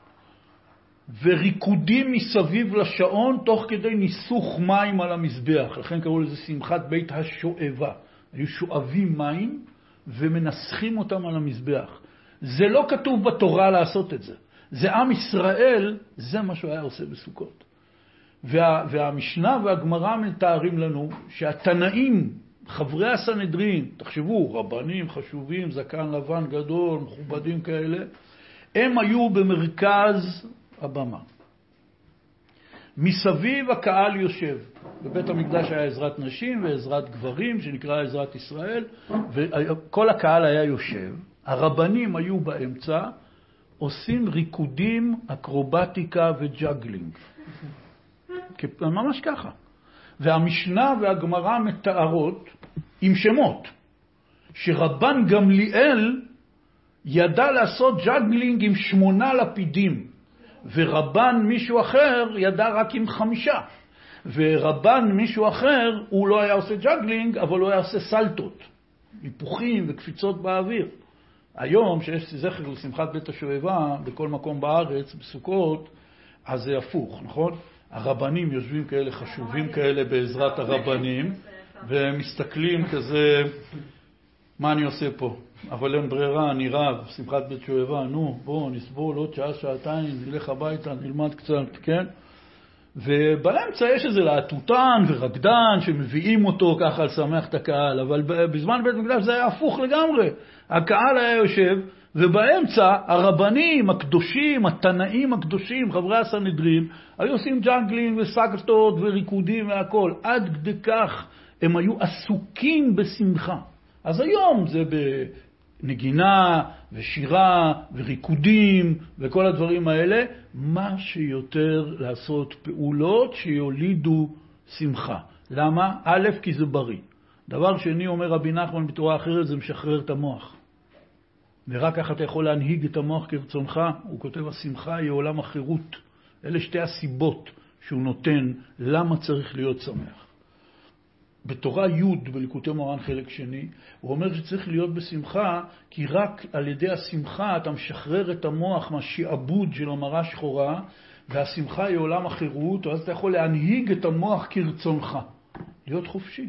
וריקודים מסביב לשעון תוך כדי ניסוך מים על המזבח. לכן קראו לזה שמחת בית השואבה. היו שואבים מים ומנסחים אותם על המזבח. זה לא כתוב בתורה לעשות את זה. זה עם ישראל, זה מה שהוא היה עושה בסוכות. וה, והמשנה והגמרא מתארים לנו שהתנאים, חברי הסנהדרין, תחשבו, רבנים חשובים, זקן לבן גדול, מכובדים כאלה, הם היו במרכז הבמה. מסביב הקהל יושב. בבית המקדש היה עזרת נשים ועזרת גברים, שנקרא עזרת ישראל, וכל הקהל היה יושב. הרבנים היו באמצע, עושים ריקודים, אקרובטיקה וג'אגלינג. ממש ככה. והמשנה והגמרא מתארות עם שמות, שרבן גמליאל ידע לעשות ג'אגלינג עם שמונה לפידים, ורבן מישהו אחר ידע רק עם חמישה. ורבן מישהו אחר, הוא לא היה עושה ג'אגלינג, אבל הוא היה עושה סלטות, היפוכים וקפיצות באוויר. היום, שיש זכר לשמחת בית השואבה, בכל מקום בארץ, בסוכות, אז זה הפוך, נכון? הרבנים יושבים כאלה חשובים כאלה בעזרת הרבנים, והם מסתכלים כזה, מה אני עושה פה? אבל אין ברירה, אני רב, שמחת בית שואבה, נו, בוא, נסבול עוד שעה, שעתיים, נלך הביתה, נלמד קצת, כן? ובאמצע יש איזה להטוטן ורקדן שמביאים אותו ככה לשמח את הקהל, אבל בזמן בית מקדש זה היה הפוך לגמרי. הקהל היה יושב, ובאמצע הרבנים הקדושים, התנאים הקדושים, חברי הסנהדרין, היו עושים ג'אגלינג וסקטות וריקודים והכל. עד כדי כך הם היו עסוקים בשמחה. אז היום זה בנגינה ושירה וריקודים וכל הדברים האלה, מה שיותר לעשות פעולות שיולידו שמחה. למה? א', כי זה בריא. דבר שני, אומר רבי נחמן בתורה אחרת, זה משחרר את המוח. ורק ככה אתה יכול להנהיג את המוח כרצונך. הוא כותב, השמחה היא עולם החירות. אלה שתי הסיבות שהוא נותן למה צריך להיות שמח. בתורה י' בליקוטי מוהר"ן חלק שני, הוא אומר שצריך להיות בשמחה, כי רק על ידי השמחה אתה משחרר את המוח מהשעבוד של המראה שחורה, והשמחה היא עולם החירות, ואז אתה יכול להנהיג את המוח כרצונך, להיות חופשי.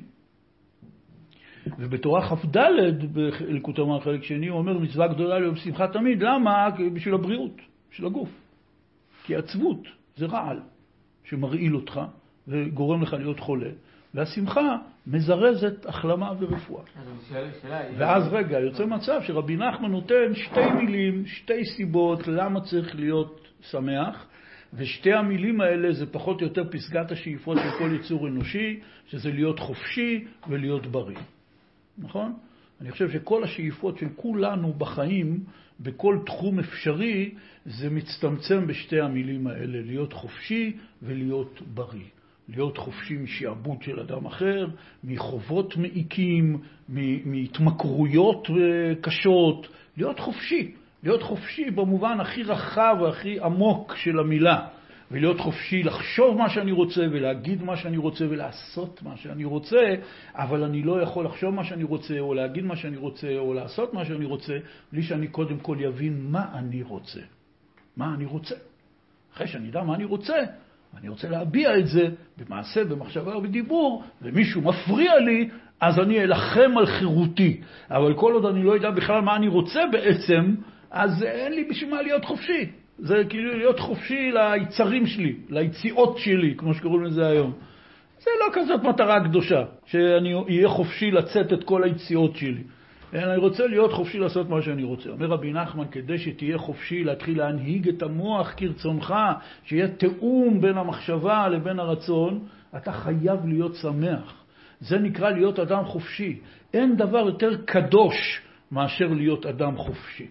ובתורה כ"ד בליקוטי מוהר"ן חלק שני, הוא אומר מצווה גדולה להיות בשמחה תמיד. למה? בשביל הבריאות, של הגוף. כי עצבות זה רעל שמרעיל אותך וגורם לך להיות חולה. והשמחה מזרזת החלמה ורפואה. ואז רגע, יוצא מצב שרבי נחמן נותן שתי מילים, שתי סיבות למה צריך להיות שמח, ושתי המילים האלה זה פחות או יותר פסגת השאיפות של כל יצור אנושי, שזה להיות חופשי ולהיות בריא. נכון? אני חושב שכל השאיפות של כולנו בחיים, בכל תחום אפשרי, זה מצטמצם בשתי המילים האלה, להיות חופשי ולהיות בריא. להיות חופשי משעבוד של אדם אחר, מחובות מעיקים, מהתמכרויות קשות, להיות חופשי. להיות חופשי במובן הכי רחב והכי עמוק של המילה. ולהיות חופשי לחשוב מה שאני רוצה ולהגיד מה שאני רוצה ולעשות מה שאני רוצה, אבל אני לא יכול לחשוב מה שאני רוצה או להגיד מה שאני רוצה או לעשות מה שאני רוצה, בלי שאני קודם כל יבין מה אני רוצה. מה אני רוצה. אחרי שאני יודע מה אני רוצה, אני רוצה להביע את זה במעשה, במחשבה ובדיבור, ומישהו מפריע לי, אז אני אלחם על חירותי. אבל כל עוד אני לא יודע בכלל מה אני רוצה בעצם, אז אין לי בשביל מה להיות חופשי. זה כאילו להיות חופשי ליצרים שלי, ליציאות שלי, כמו שקוראים לזה היום. זה לא כזאת מטרה קדושה, שאני אהיה חופשי לצאת את כל היציאות שלי. אני רוצה להיות חופשי לעשות מה שאני רוצה. אומר רבי נחמן, כדי שתהיה חופשי להתחיל להנהיג את המוח כרצונך, שיהיה תאום בין המחשבה לבין הרצון, אתה חייב להיות שמח. זה נקרא להיות אדם חופשי. אין דבר יותר קדוש מאשר להיות אדם חופשי.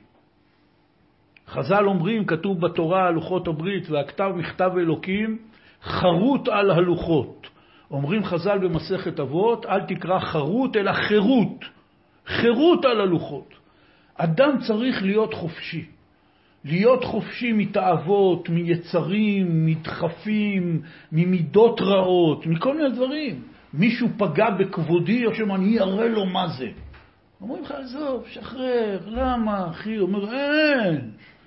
חז"ל אומרים, כתוב בתורה, לוחות הברית, והכתב מכתב אלוקים, חרוט על הלוחות. אומרים חז"ל במסכת אבות, אל תקרא חרוט אלא חירות. חירות על הלוחות. אדם צריך להיות חופשי. להיות חופשי מתאוות, מיצרים, מדחפים, ממידות רעות, מכל מיני דברים. מישהו פגע בכבודי, או שמה, אני אראה לו מה זה. אומרים לך, עזוב, שחרר, למה, אחי? אומר, אין.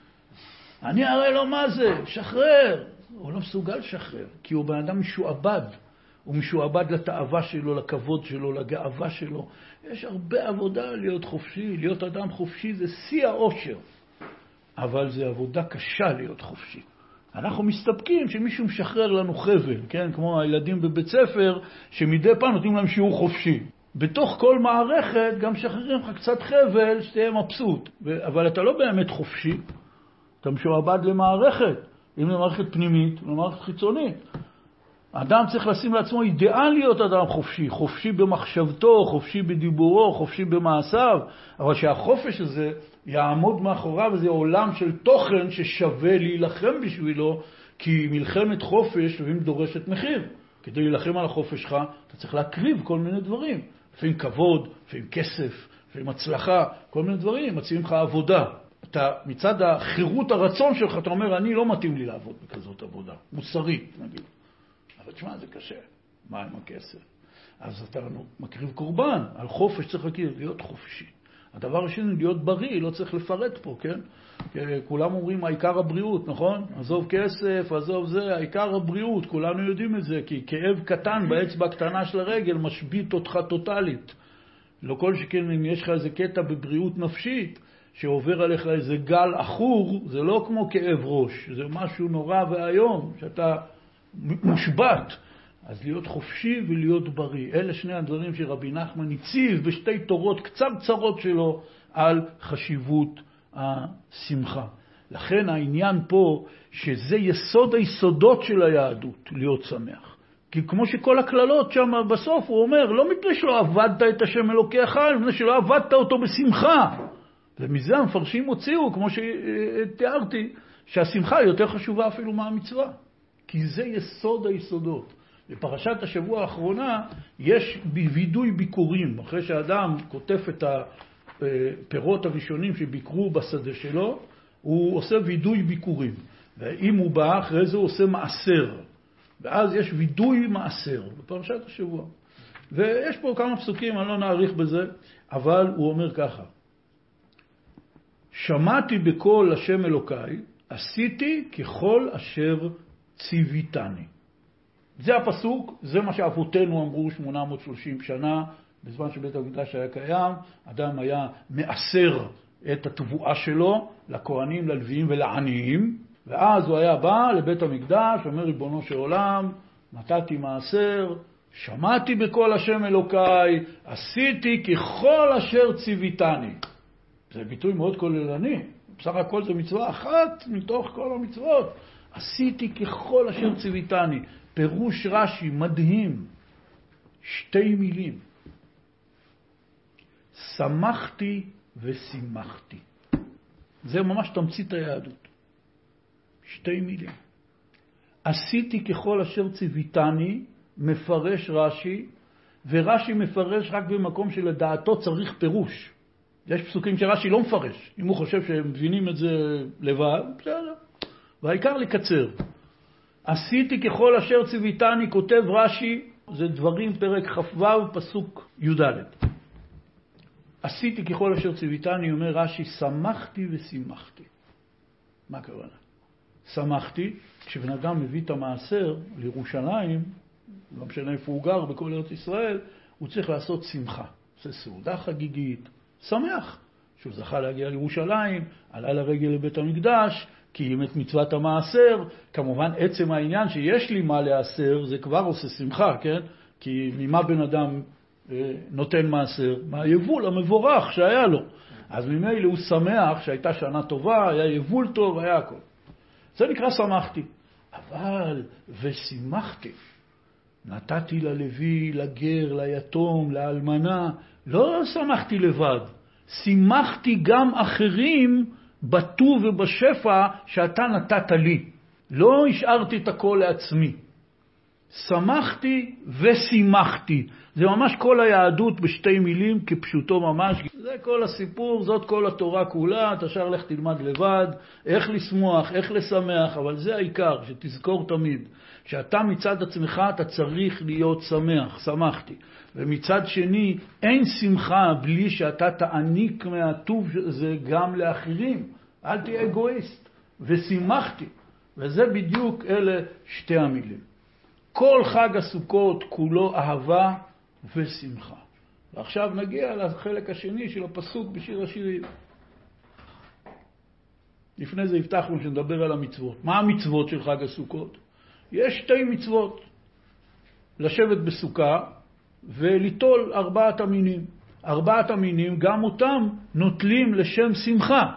אני אראה לו מה זה, שחרר. הוא לא מסוגל לשחרר, כי הוא בן אדם משועבד. הוא משועבד לתאווה שלו, לכבוד שלו, לגאווה שלו. יש הרבה עבודה להיות חופשי. להיות אדם חופשי זה שיא האושר. אבל זה עבודה קשה להיות חופשי. אנחנו מסתפקים שמישהו משחרר לנו חבל, כן? כמו הילדים בבית ספר, שמדי פעם נותנים להם שיעור חופשי. בתוך כל מערכת גם שחררים לך קצת חבל שתהיה מבסוט. אבל אתה לא באמת חופשי. אתה משועבד למערכת. אם למערכת פנימית, למערכת חיצונית. האדם צריך לשים לעצמו אידיאל להיות אדם חופשי, חופשי במחשבתו, חופשי בדיבורו, חופשי במעשיו, אבל שהחופש הזה יעמוד מאחוריו, וזה עולם של תוכן ששווה להילחם בשבילו, כי מלחמת חופש לפעמים דורשת מחיר. כדי להילחם על החופש שלך, אתה צריך להקריב כל מיני דברים. לפעמים כבוד, לפעמים כסף, לפעמים הצלחה, כל מיני דברים, מציעים לך עבודה. אתה מצד החירות הרצון שלך, אתה אומר, אני לא מתאים לי לעבוד בכזאת עבודה, מוסרית נגיד. אבל תשמע, זה קשה. מה עם הכסף? אז אתה מקריב קורבן. על חופש צריך להכיר, להיות חופשי. הדבר השני, להיות בריא, לא צריך לפרט פה, כן? כולם אומרים, העיקר הבריאות, נכון? עזוב כסף, עזוב זה, העיקר הבריאות, כולנו יודעים את זה, כי כאב קטן באצבע הקטנה של הרגל משבית אותך טוטלית. לא כל שכן, אם יש לך איזה קטע בבריאות נפשית, שעובר עליך איזה גל אחור, זה לא כמו כאב ראש, זה משהו נורא והיום, שאתה מושבת. אז להיות חופשי ולהיות בריא. אלה שני הדברים שרבי נחמן הציב בשתי תורות קצרצרות שלו על חשיבות השמחה. לכן העניין פה שזה יסוד היסודות של היהדות, להיות שמח. כי כמו שכל הכללות שם בסוף הוא אומר, לא מפני שלא עבדת את השם אלוקיך, מפני שלא עבדת אותו בשמחה. ומזה המפרשים הוציאו, כמו שתיארתי, שהשמחה היא יותר חשובה אפילו מהמצווה. כי זה יסוד היסודות. בפרשת השבוע האחרונה יש וידוי ביקורים. אחרי שהאדם כותף את הפירות הראשונים שביקרו בשדה שלו, הוא עושה וידוי ביקורים. ואם הוא בא, אחרי זה הוא עושה מעשר. ואז יש וידוי מעשר בפרשת השבוע. ויש פה כמה פסוקים, אני לא נאריך בזה, אבל הוא אומר ככה. שמעתי בקול השם אלוקיי, עשיתי ככל אשר ציוויתני. זה הפסוק, זה מה שאבותינו אמרו שמונה מאות ושלושים שנה, בזמן שבית המקדש היה קיים, אדם היה מאסר את התבואה שלו לכהנים, ללוויים ולעניים, ואז הוא היה בא לבית המקדש, אומר ריבונו של עולם, נתתי מעשר, שמעתי בקול השם אלוקיי, עשיתי ככל אשר ציוויתני. זה ביטוי מאוד כוללני, בסך הכל זה מצווה אחת מתוך כל המצוות. עשיתי ככל אשר ציוויתני. פירוש רש"י מדהים, שתי מילים. שמחתי ושימחתי. זה ממש תמצית היהדות. שתי מילים. עשיתי ככל אשר ציוויתני, מפרש רש"י, ורש"י מפרש רק במקום שלדעתו צריך פירוש. יש פסוקים שרש"י לא מפרש. אם הוא חושב שהם מבינים את זה לבד, בסדר. והעיקר לקצר. עשיתי ככל אשר ציוויתני, כותב רש"י, זה דברים פרק כ"ו פסוק י"ד. עשיתי ככל אשר ציוויתני, אומר רש"י, שמחתי ושימחתי. מה הכוונה? שמחתי, כשבן אדם מביא את המעשר לירושלים, לא משנה איפה הוא גר בכל ארץ ישראל, הוא צריך לעשות שמחה. זה סעודה חגיגית, שמח. שהוא זכה להגיע לירושלים, עלה לרגל לבית המקדש, קיים את מצוות המעשר. כמובן עצם העניין שיש לי מה לעשר, זה כבר עושה שמחה, כן? כי ממה בן אדם אה, נותן מעשר? מהיבול המבורך שהיה לו. אז ממילא הוא שמח שהייתה שנה טובה, היה יבול טוב, היה הכל. זה נקרא שמחתי. אבל ושימחתי. נתתי ללוי, לגר, ליתום, לאלמנה. לא שמחתי לבד. שימחתי גם אחרים בטוב ובשפע שאתה נתת לי. לא השארתי את הכל לעצמי. שמחתי ושימחתי. זה ממש כל היהדות בשתי מילים כפשוטו ממש. זה כל הסיפור, זאת כל התורה כולה. אתה שר לך תלמד לבד, איך לשמוח, איך לשמח, אבל זה העיקר, שתזכור תמיד. שאתה מצד עצמך אתה צריך להיות שמח, שמחתי. ומצד שני, אין שמחה בלי שאתה תעניק מהטוב זה גם לאחרים. אל תהיה אגואיסט. ושימחתי. וזה בדיוק אלה שתי המילים. כל חג הסוכות כולו אהבה ושמחה. ועכשיו נגיע לחלק השני של הפסוק בשיר השירים. לפני זה הבטחנו שנדבר על המצוות. מה המצוות של חג הסוכות? יש שתי מצוות. לשבת בסוכה וליטול ארבעת המינים. ארבעת המינים, גם אותם נוטלים לשם שמחה.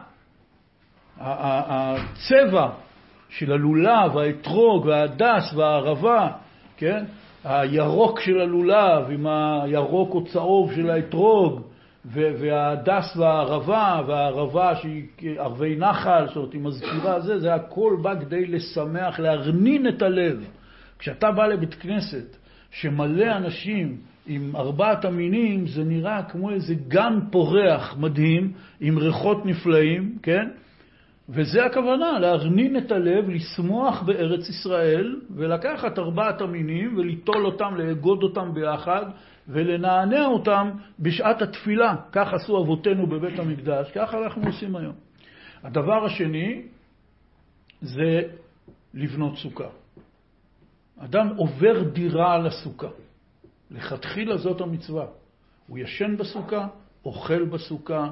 הצבע של הלולב, האתרוג וההדס והערבה, כן? הירוק של הלולב עם הירוק או צהוב של האתרוג, וההדס והערבה, והערבה שהיא ערבי נחל, זאת אומרת, היא מזכירה זה, זה הכל בא כדי לשמח, להרנין את הלב. כשאתה בא לבית כנסת שמלא אנשים עם ארבעת המינים, זה נראה כמו איזה גן פורח מדהים, עם ריחות נפלאים, כן? וזה הכוונה, להרנין את הלב, לשמוח בארץ ישראל, ולקחת ארבעת המינים וליטול אותם, לאגוד אותם ביחד, ולנענע אותם בשעת התפילה. כך עשו אבותינו בבית המקדש, כך אנחנו עושים היום. הדבר השני זה לבנות סוכה. אדם עובר דירה על הסוכה. לכתחילה זאת המצווה. הוא ישן בסוכה, אוכל בסוכה,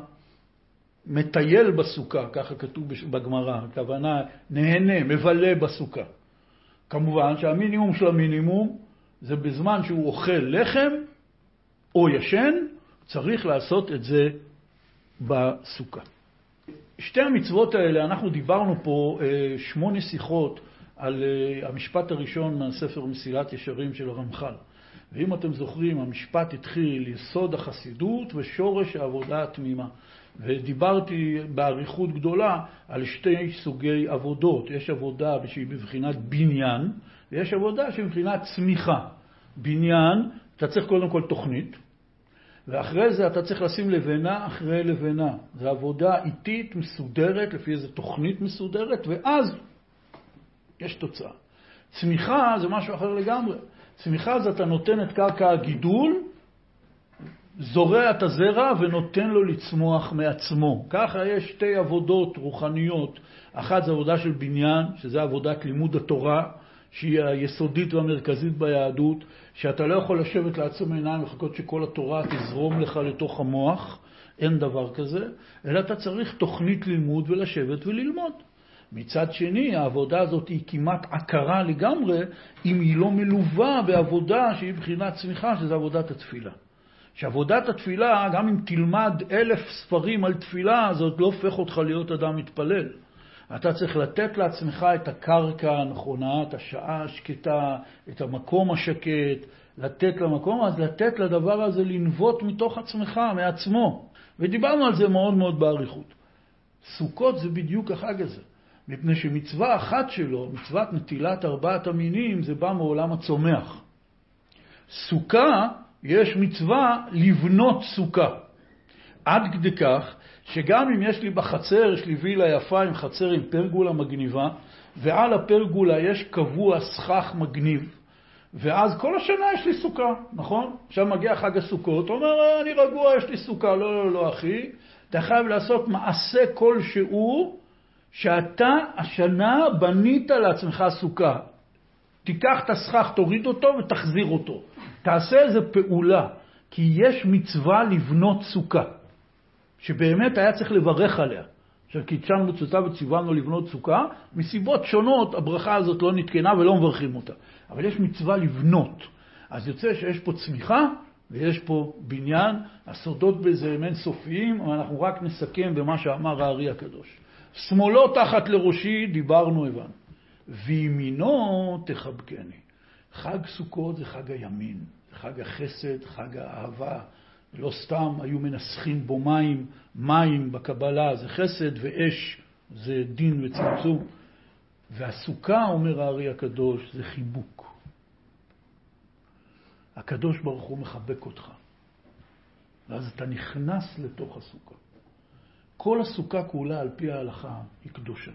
מטייל בסוכה, ככה כתוב בגמרא, הכוונה נהנה, מבלה בסוכה. כמובן שהמינימום של המינימום זה בזמן שהוא אוכל לחם או ישן, צריך לעשות את זה בסוכה. שתי המצוות האלה, אנחנו דיברנו פה שמונה שיחות על המשפט הראשון מהספר מסילת ישרים של הרמח"ל. ואם אתם זוכרים, המשפט התחיל יסוד החסידות ושורש העבודה התמימה. ודיברתי בעריכות גדולה על שתי סוגי עבודות. יש עבודה שהיא בבחינת בניין, ויש עבודה שהיא בבחינת צמיחה. בניין, אתה צריך קודם כל תוכנית, ואחרי זה אתה צריך לשים לבנה אחרי לבנה. זו עבודה איטית, מסודרת, לפי איזו תוכנית מסודרת, ואז יש תוצאה. צמיחה זה משהו אחר לגמרי. צמיחה זה אתה נותן את קרקע הגידול, זורע את הזרע ונותן לו לצמוח מעצמו. ככה יש שתי עבודות רוחניות. אחת זה עבודה של בניין, שזה עבודת לימוד התורה, שהיא היסודית והמרכזית ביהדות, שאתה לא יכול לשבת לעצום עיניים לחכות שכל התורה תזרום לך לתוך המוח, אין דבר כזה, אלא אתה צריך תוכנית לימוד ולשבת וללמוד. מצד שני, העבודה הזאת היא כמעט עקרה לגמרי, אם היא לא מלווה בעבודה שהיא בחינת צמיחה, שזה עבודת התפילה. שעבודת התפילה, גם אם תלמד אלף ספרים על תפילה, זאת לא הופך אותך להיות אדם מתפלל. אתה צריך לתת לעצמך את הקרקע הנכונה, את השעה השקטה, את המקום השקט, לתת למקום, אז לתת לדבר הזה לנבוט מתוך עצמך, מעצמו. ודיברנו על זה מאוד מאוד בעריכות. סוכות זה בדיוק החג הזה. מפני שמצווה אחת שלו, מצוות נטילת ארבעת המינים, זה בא מעולם הצומח. סוכה, יש מצווה לבנות סוכה. עד כדי כך שגם אם יש לי בחצר, יש לי וילה יפה עם חצר עם פרגולה מגניבה, ועל הפרגולה יש קבוע סכך מגניב, ואז כל השנה יש לי סוכה, נכון? עכשיו מגיע חג הסוכות, הוא אומר, אני רגוע, יש לי סוכה. לא, לא, לא, אחי. אתה חייב לעשות מעשה כלשהו, שאתה השנה בנית לעצמך סוכה. תיקח את הסכך, תוריד אותו ותחזיר אותו. תעשה איזה פעולה, כי יש מצווה לבנות סוכה, שבאמת היה צריך לברך עליה. שקידשנו מצוותיו וציוונו לבנות סוכה, מסיבות שונות הברכה הזאת לא נתקנה ולא מברכים אותה. אבל יש מצווה לבנות. אז יוצא שיש פה צמיחה ויש פה בניין, הסודות בזה הם אין סופיים, אבל אנחנו רק נסכם במה שאמר הארי הקדוש. שמאלו תחת לראשי, דיברנו הבנו. וימינו תחבקני. חג סוכות זה חג הימין, חג החסד, חג האהבה. לא סתם היו מנסחים בו מים, מים בקבלה זה חסד, ואש זה דין וצמצום. והסוכה, אומר הארי הקדוש, זה חיבוק. הקדוש ברוך הוא מחבק אותך. ואז אתה נכנס לתוך הסוכה. כל הסוכה כולה על פי ההלכה היא קדושה.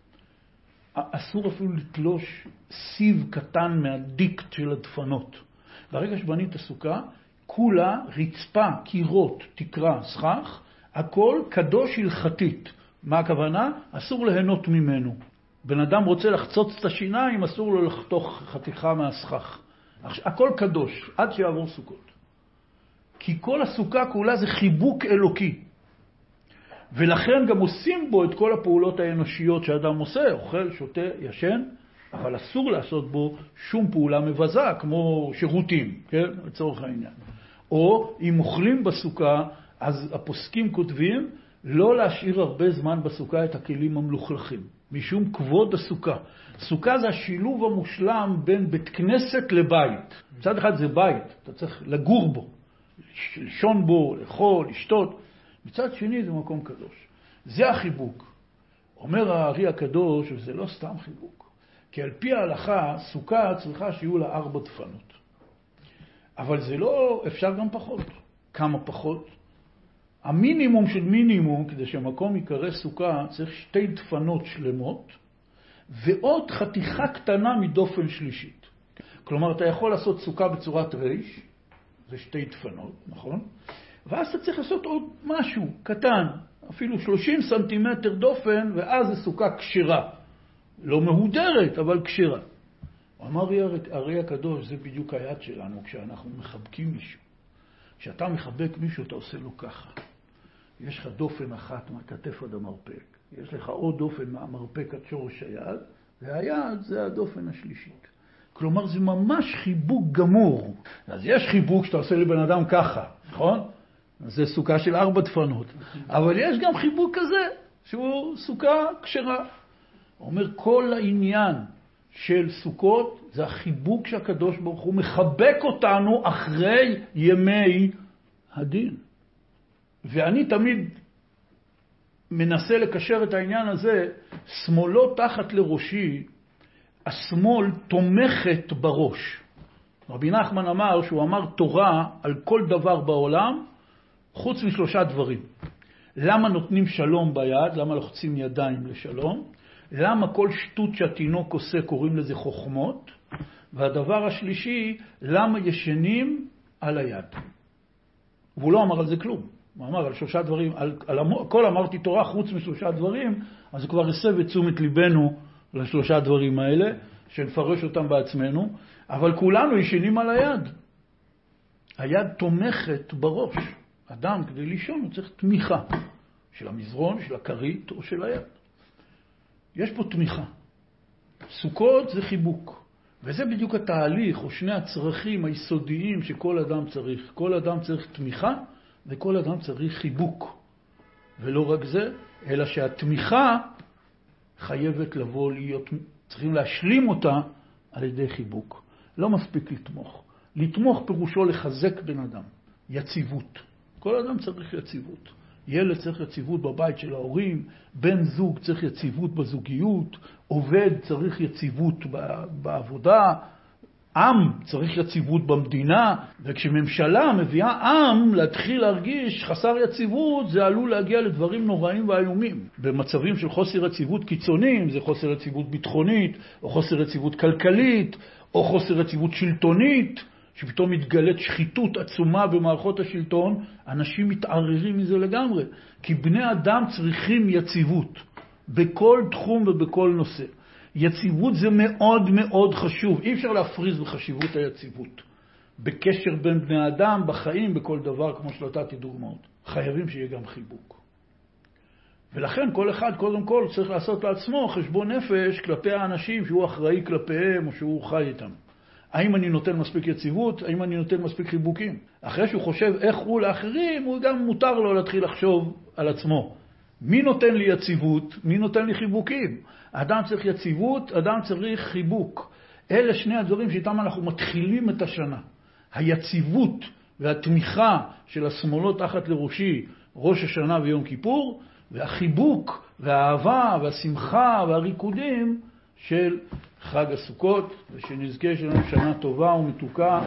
אסור אפילו לתלוש סיב קטן מהדיקט של הדפנות. ברגע שבנית הסוכה, כולה רצפה, קירות, תקרה, סכך, הכל קדוש הלכתית. מה הכוונה? אסור ליהנות ממנו. בן אדם רוצה לחצוץ את השיניים, אסור לו לחתוך חתיכה מהסכך. הכל קדוש, עד שיעבור סוכות. כי כל הסוכה כולה זה חיבוק אלוקי. ולכן גם עושים בו את כל הפעולות האנושיות שאדם עושה, אוכל, שותה, ישן, אבל אסור לעשות בו שום פעולה מבזה, כמו שירותים, כן? לצורך העניין. או אם אוכלים בסוכה, אז הפוסקים כותבים לא להשאיר הרבה זמן בסוכה את הכלים המלוכלכים, משום כבוד הסוכה. סוכה זה השילוב המושלם בין בית כנסת לבית. מצד אחד זה בית, אתה צריך לגור בו, לישון בו, לאכול, לשתות. מצד שני זה מקום קדוש. זה החיבוק. אומר הארי הקדוש, וזה לא סתם חיבוק. כי על פי ההלכה, סוכה צריכה שיהיו לה ארבע דפנות. אבל זה לא, אפשר גם פחות. כמה פחות? המינימום של מינימום, כדי שהמקום יקרא סוכה, צריך שתי דפנות שלמות, ועוד חתיכה קטנה מדופן שלישית. כלומר, אתה יכול לעשות סוכה בצורת ריש, זה שתי דפנות, נכון? ואז אתה צריך לעשות עוד משהו קטן, אפילו שלושים סנטימטר דופן, ואז זה סוכה קשרה. לא מהודרת, אבל קשרה. הוא אמר הארי הקדוש, זה בדיוק היד שלנו, כשאנחנו מחבקים מישהו. כשאתה מחבק מישהו, אתה עושה לו ככה. יש לך דופן אחת מהכתף עד המרפק. יש לך עוד דופן מהמרפק עד שורש היד, והיד זה הדופן השלישית. כלומר, זה ממש חיבוק גמור. אז יש חיבוק שאתה עושה לבן אדם ככה, נכון? זה סוכה של ארבע דפנות. אבל יש גם חיבוק כזה, שהוא סוכה קשרה. הוא אומר, כל העניין של סוכות זה החיבוק שהקדוש ברוך הוא מחבק אותנו אחרי ימי הדין. ואני תמיד מנסה לקשר את העניין הזה, שמאלו תחת לראשי, השמאל תומכת בראש. רבי נחמן אמר שהוא אמר תורה על כל דבר בעולם, חוץ משלושה דברים. למה נותנים שלום ביד? למה לוחצים ידיים לשלום? למה כל שטות שהתינוק עושה קוראים לזה חוכמות? והדבר השלישי, למה ישנים על היד? והוא לא אמר על זה כלום. הוא אמר על שלושה דברים, על, על כל אמרתי תורה חוץ משלושה דברים, אז הוא כבר הסב את תשומת ליבנו לשלושה דברים האלה, שנפרש אותם בעצמנו, אבל כולנו ישנים על היד. היד תומכת בראש. אדם כדי לישון הוא צריך תמיכה של המזרון, של הכרית או של היד. יש פה תמיכה. סוכות זה חיבוק. וזה בדיוק התהליך או שני הצרכים היסודיים שכל אדם צריך. כל אדם צריך תמיכה וכל אדם צריך חיבוק. ולא רק זה, אלא שהתמיכה חייבת לבוא להיות, צריכים להשלים אותה על ידי חיבוק. לא מספיק לתמוך. לתמוך פירושו לחזק בן אדם. יציבות. כל אדם צריך יציבות. ילד צריך יציבות בבית של ההורים, בן זוג צריך יציבות בזוגיות, עובד צריך יציבות בעבודה, עם צריך יציבות במדינה, וכשממשלה מביאה עם להתחיל להרגיש חסר יציבות, זה עלול להגיע לדברים נוראים ואיומים. במצבים של חוסר יציבות קיצוניים, זה חוסר יציבות ביטחונית, או חוסר יציבות כלכלית, או חוסר יציבות שלטונית, שפתאום מתגלית שחיתות עצומה במערכות השלטון, אנשים מתערערים מזה לגמרי. כי בני אדם צריכים יציבות, בכל תחום ובכל נושא. יציבות זה מאוד מאוד חשוב. אי אפשר להפריז בחשיבות היציבות. בקשר בין בני אדם, בחיים, בכל דבר, כמו שנתתי דוגמאות. חייבים שיהיה גם חיבוק. ולכן כל אחד קודם כל צריך לעשות לעצמו חשבון נפש כלפי האנשים שהוא אחראי כלפיהם או שהוא חי איתם. האם אני נותן מספיק יציבות? האם אני נותן מספיק חיבוקים? אחרי שהוא חושב איך הוא לאחרים, הוא גם מותר לו להתחיל לחשוב על עצמו. מי נותן לי יציבות? מי נותן לי חיבוקים? אדם צריך יציבות, אדם צריך חיבוק. אלה שני הדברים שאיתם אנחנו מתחילים את השנה. היציבות והתמיכה של השמאלות תחת לראשי, ראש השנה ויום כיפור, והחיבוק והאהבה והשמחה והריקודים של חג הסוכות, ושנזכה שלנו שנה טובה ומתוקה.